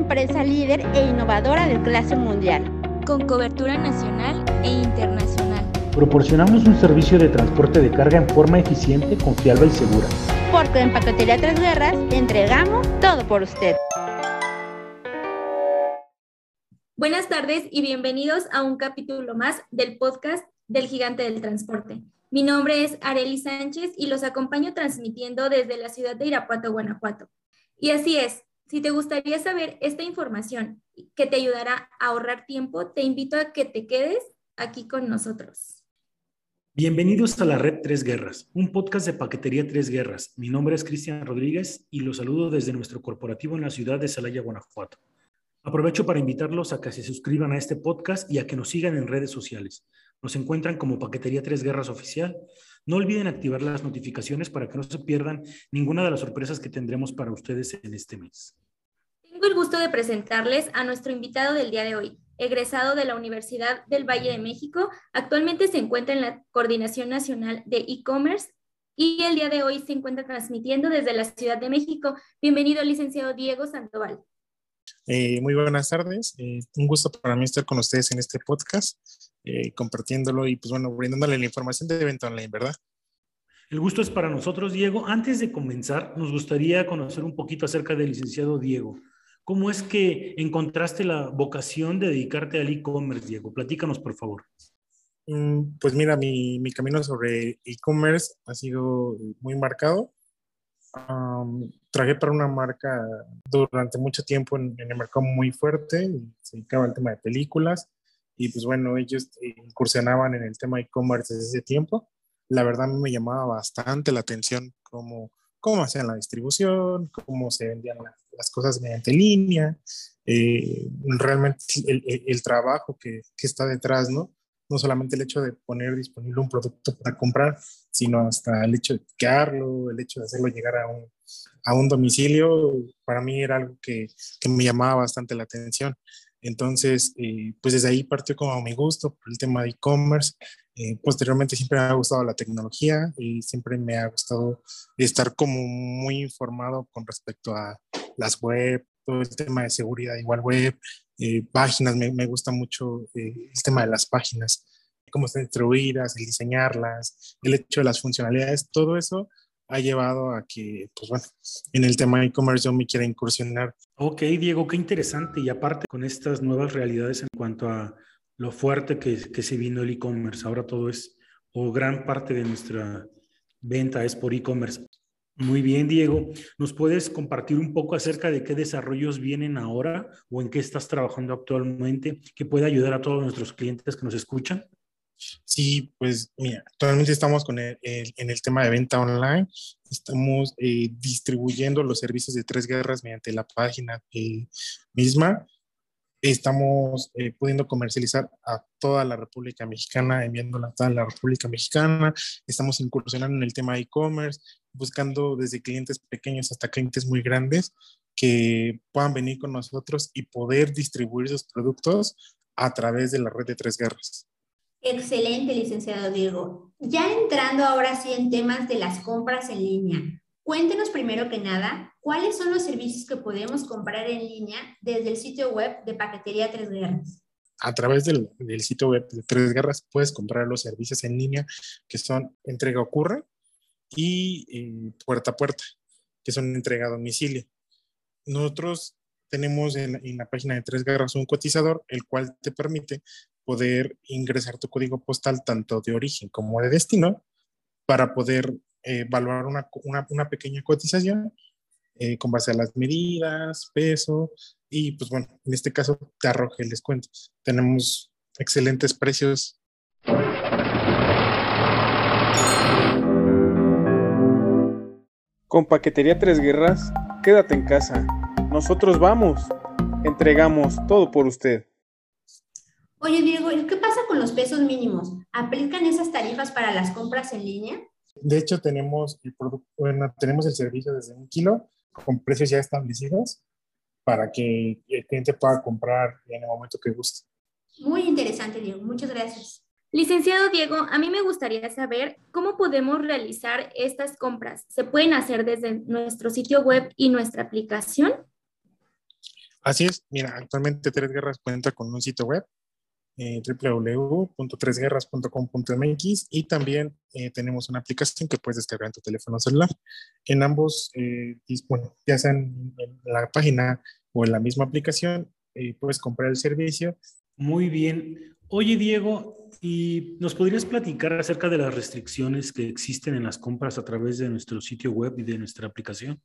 empresa líder e innovadora de clase mundial, con cobertura nacional e internacional. Proporcionamos un servicio de transporte de carga en forma eficiente, confiable y segura. Porque en Paquetería Tres Guerras entregamos todo por usted. Buenas tardes y bienvenidos a un capítulo más del podcast del Gigante del Transporte. Mi nombre es Arely Sánchez y los acompaño transmitiendo desde la ciudad de Irapuato, Guanajuato. Y así es, si te gustaría saber esta información que te ayudará a ahorrar tiempo, te invito a que te quedes aquí con nosotros. Bienvenidos a la Red Tres Guerras, un podcast de Paquetería Tres Guerras. Mi nombre es Cristian Rodríguez y los saludo desde nuestro corporativo en la ciudad de Celaya, Guanajuato. Aprovecho para invitarlos a que se suscriban a este podcast y a que nos sigan en redes sociales. Nos encuentran como Paquetería Tres Guerras Oficial. No olviden activar las notificaciones para que no se pierdan ninguna de las sorpresas que tendremos para ustedes en este mes. Tengo el gusto de presentarles a nuestro invitado del día de hoy, egresado de la Universidad del Valle de México. Actualmente se encuentra en la Coordinación Nacional de E-Commerce y el día de hoy se encuentra transmitiendo desde la Ciudad de México. Bienvenido, licenciado Diego Sandoval. Muy buenas tardes, un gusto para mí estar con ustedes en este podcast, compartiéndolo y pues bueno, brindándole la información de venta online, ¿verdad? El gusto es para nosotros, Diego. Antes de comenzar, nos gustaría conocer un poquito acerca del licenciado Diego. ¿Cómo es que encontraste la vocación de dedicarte al e-commerce, Diego? Platícanos, por favor. Pues mira, mi camino sobre e-commerce ha sido muy marcado. Trabajé para una marca durante mucho tiempo en el mercado muy fuerte, se dedicaba al tema de películas y pues bueno, ellos incursionaban en el tema de e-commerce desde ese tiempo. La verdad a mí me llamaba bastante la atención cómo hacían la distribución, cómo se vendían las cosas mediante línea, realmente el trabajo que está detrás, ¿no? No solamente el hecho de poner disponible un producto para comprar, sino hasta el hecho de picarlo, el hecho de hacerlo llegar a un domicilio, para mí era algo que me llamaba bastante la atención. Entonces, pues desde ahí partió como mi gusto por el tema de e-commerce. Posteriormente siempre me ha gustado la tecnología y siempre me ha gustado estar como muy informado con respecto a las web, todo el tema de seguridad igual web, páginas, me gusta mucho el tema de las páginas, cómo están distribuidas, el diseñarlas, el hecho de las funcionalidades, todo eso ha llevado a que, pues bueno, en el tema de e-commerce yo me quiera incursionar. Ok, Diego, qué interesante. Y aparte con estas nuevas realidades en cuanto a lo fuerte que se vino el e-commerce, ahora todo es, o gran parte de nuestra venta es por e-commerce. Muy bien, Diego. ¿Nos puedes compartir un poco acerca de qué desarrollos vienen ahora o en qué estás trabajando actualmente que pueda ayudar a todos nuestros clientes que nos escuchan? Sí, pues mira, actualmente estamos en el tema de venta online, estamos distribuyendo los servicios de Tres Guerras mediante la página misma. Estamos pudiendo comercializar a toda la República Mexicana, enviándola a toda la República Mexicana. Estamos incursionando en el tema de e-commerce, buscando desde clientes pequeños hasta clientes muy grandes que puedan venir con nosotros y poder distribuir sus productos a través de la red de Tres Guerras. Excelente, licenciado Diego. Ya entrando ahora sí en temas de las compras en línea, cuéntenos primero que nada, ¿cuáles son los servicios que podemos comprar en línea desde el sitio web de Paquetería Tres Guerras? A través del sitio web de Tres Guerras puedes comprar los servicios en línea que son entrega ocurre y puerta a puerta, que son entrega a domicilio. Nosotros tenemos en la página de Tres Guerras un cotizador, el cual te permite poder ingresar tu código postal tanto de origen como de destino para poder evaluar una pequeña cotización con base a las medidas, peso y pues bueno, en este caso te arroja el descuento. Tenemos excelentes precios. Con Paquetería Tres Guerras, quédate en casa. Nosotros vamos. Entregamos todo por usted. Oye, Diego, ¿qué pasa con los pesos mínimos? ¿Aplican esas tarifas para las compras en línea? De hecho, tenemos el servicio desde 1 kilo con precios ya establecidos para que el cliente pueda comprar en el momento que guste. Muy interesante, Diego. Muchas gracias. Licenciado Diego, a mí me gustaría saber cómo podemos realizar estas compras. ¿Se pueden hacer desde nuestro sitio web y nuestra aplicación? Así es, mira, actualmente Tres Guerras cuenta con un sitio web, www.tresguerras.com.mx, y también tenemos una aplicación que puedes descargar en tu teléfono celular. En ambos, bueno, ya sea en la página o en la misma aplicación, puedes comprar el servicio. Muy bien. Oye, Diego, ¿y nos podrías platicar acerca de las restricciones que existen en las compras a través de nuestro sitio web y de nuestra aplicación?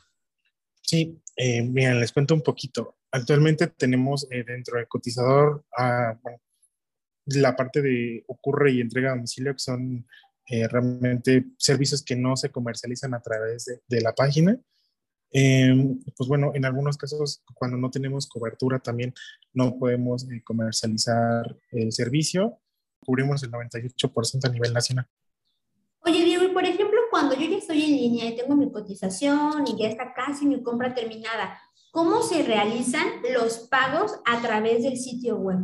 Sí, miren, les cuento un poquito. Actualmente tenemos dentro del cotizador, bueno, la parte de ocurre y entrega a domicilio, que son realmente servicios que no se comercializan a través de la página. Pues bueno, en algunos casos, cuando no tenemos cobertura, también no podemos comercializar el servicio. Cubrimos el 98% a nivel nacional. Oye, Diego, y por ejemplo, cuando yo ya estoy en línea y tengo mi cotización y ya está casi mi compra terminada, ¿cómo se realizan los pagos a través del sitio web?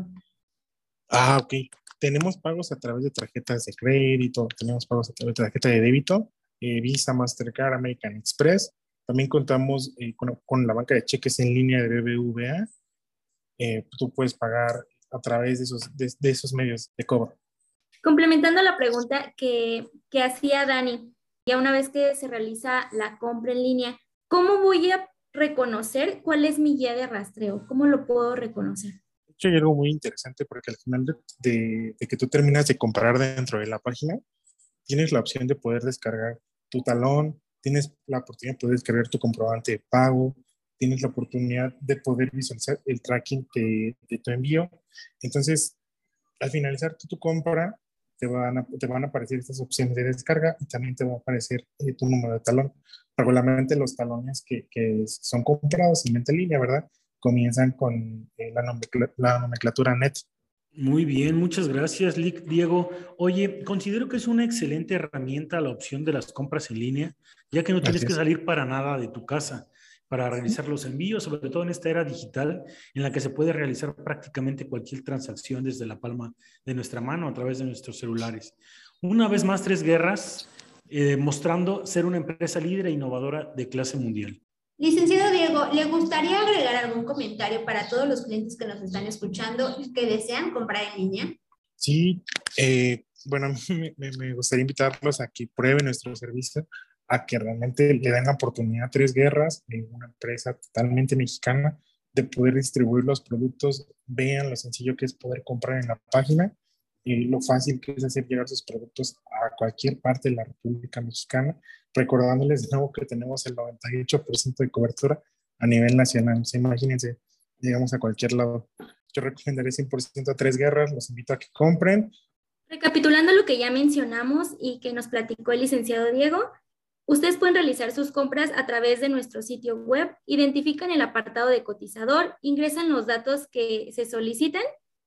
Ok. Tenemos pagos a través de tarjetas de crédito, tenemos pagos a través de tarjeta de débito, Visa, Mastercard, American Express. También contamos con la banca de cheques en línea de BBVA. Tú puedes pagar a través de esos medios de cobro. Complementando la pregunta que hacía Dani, ya una vez que se realiza la compra en línea, ¿cómo voy a reconocer cuál es mi guía de rastreo? ¿Cómo lo puedo reconocer? De hecho, hay algo muy interesante porque al final de que tú terminas de comprar dentro de la página, tienes la opción de poder descargar tu talón, tienes la oportunidad de poder descargar tu comprobante de pago, tienes la oportunidad de poder visualizar el tracking de tu envío. Entonces, al finalizar tu compra, te van a aparecer estas opciones de descarga y también te va a aparecer tu número de talón. Regularmente los talones que son comprados en línea, ¿verdad? Comienzan con la nomenclatura NET. Muy bien, muchas gracias, Diego. Oye, considero que es una excelente herramienta la opción de las compras en línea, ya que no tienes Así que es. salir para nada de tu casa para realizar los envíos, sobre todo en esta era digital en la que se puede realizar prácticamente cualquier transacción desde la palma de nuestra mano a través de nuestros celulares. Una vez más, Tres Guerras, mostrando ser una empresa líder e innovadora de clase mundial. Licenciado Diego, ¿le gustaría agregar algún comentario para todos los clientes que nos están escuchando y que desean comprar en línea? Sí, bueno, a mí me gustaría invitarlos a que prueben nuestro servicio, a que realmente le den la oportunidad a Tres Guerras, una empresa totalmente mexicana, de poder distribuir los productos. Vean lo sencillo que es poder comprar en la página y lo fácil que es hacer llegar sus productos a cualquier parte de la República Mexicana, recordándoles de nuevo que tenemos el 98% de cobertura a nivel nacional. O sea, imagínense, llegamos a cualquier lado. Yo recomendaré 100% a Tres Guerras, los invito a que compren. Recapitulando lo que ya mencionamos y que nos platicó el licenciado Diego, ustedes pueden realizar sus compras a través de nuestro sitio web, identifican el apartado de cotizador, ingresan los datos que se solicitan.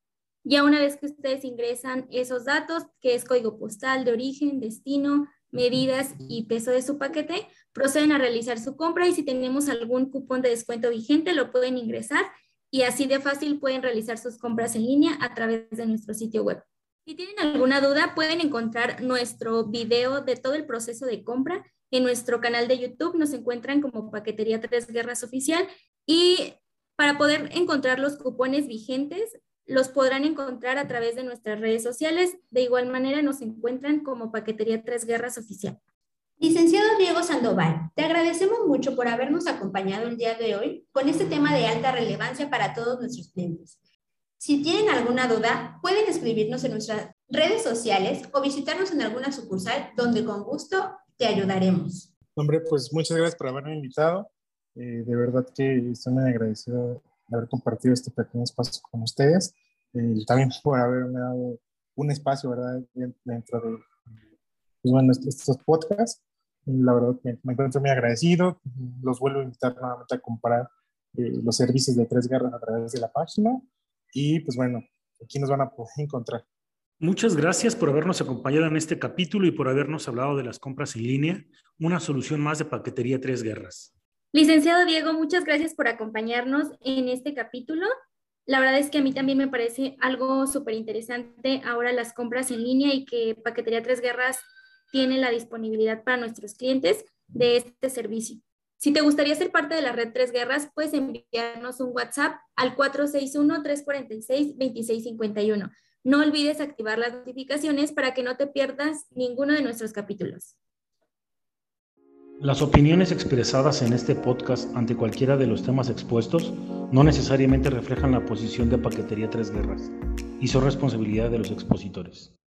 Ya una vez que ustedes ingresan esos datos, que es código postal de origen, destino, medidas y peso de su paquete, proceden a realizar su compra y si tenemos algún cupón de descuento vigente lo pueden ingresar y así de fácil pueden realizar sus compras en línea a través de nuestro sitio web. Si tienen alguna duda, pueden encontrar nuestro video de todo el proceso de compra en nuestro canal de YouTube. Nos encuentran como Paquetería Tres Guerras Oficial y para poder encontrar los cupones vigentes, los podrán encontrar a través de nuestras redes sociales. De igual manera nos encuentran como Paquetería Tres Guerras Oficial. Licenciado Diego Sandoval, te agradecemos mucho por habernos acompañado el día de hoy con este tema de alta relevancia para todos nuestros clientes. Si tienen alguna duda, pueden escribirnos en nuestras redes sociales o visitarnos en alguna sucursal donde con gusto te ayudaremos. Hombre, pues muchas gracias por haberme invitado. De verdad que estoy muy agradecido de haber compartido este pequeño espacio con ustedes y también por haberme dado un espacio, ¿verdad?, dentro de pues, bueno, estos podcasts. La verdad que me encuentro muy agradecido. Los vuelvo a invitar nuevamente a comprar los servicios de Tres Guerras a través de la página y pues bueno, aquí nos van a poder encontrar. Muchas gracias por habernos acompañado en este capítulo y por habernos hablado de las compras en línea, una solución más de Paquetería Tres Guerras. Licenciado Diego, muchas gracias por acompañarnos en este capítulo. La verdad es que a mí también me parece algo súper interesante ahora las compras en línea y que Paquetería Tres Guerras tiene la disponibilidad para nuestros clientes de este servicio. Si te gustaría ser parte de la Red Tres Guerras, puedes enviarnos un WhatsApp al 461-346-2651. No olvides activar las notificaciones para que no te pierdas ninguno de nuestros capítulos. Las opiniones expresadas en este podcast ante cualquiera de los temas expuestos no necesariamente reflejan la posición de Paquetería Tres Guerras y son responsabilidad de los expositores.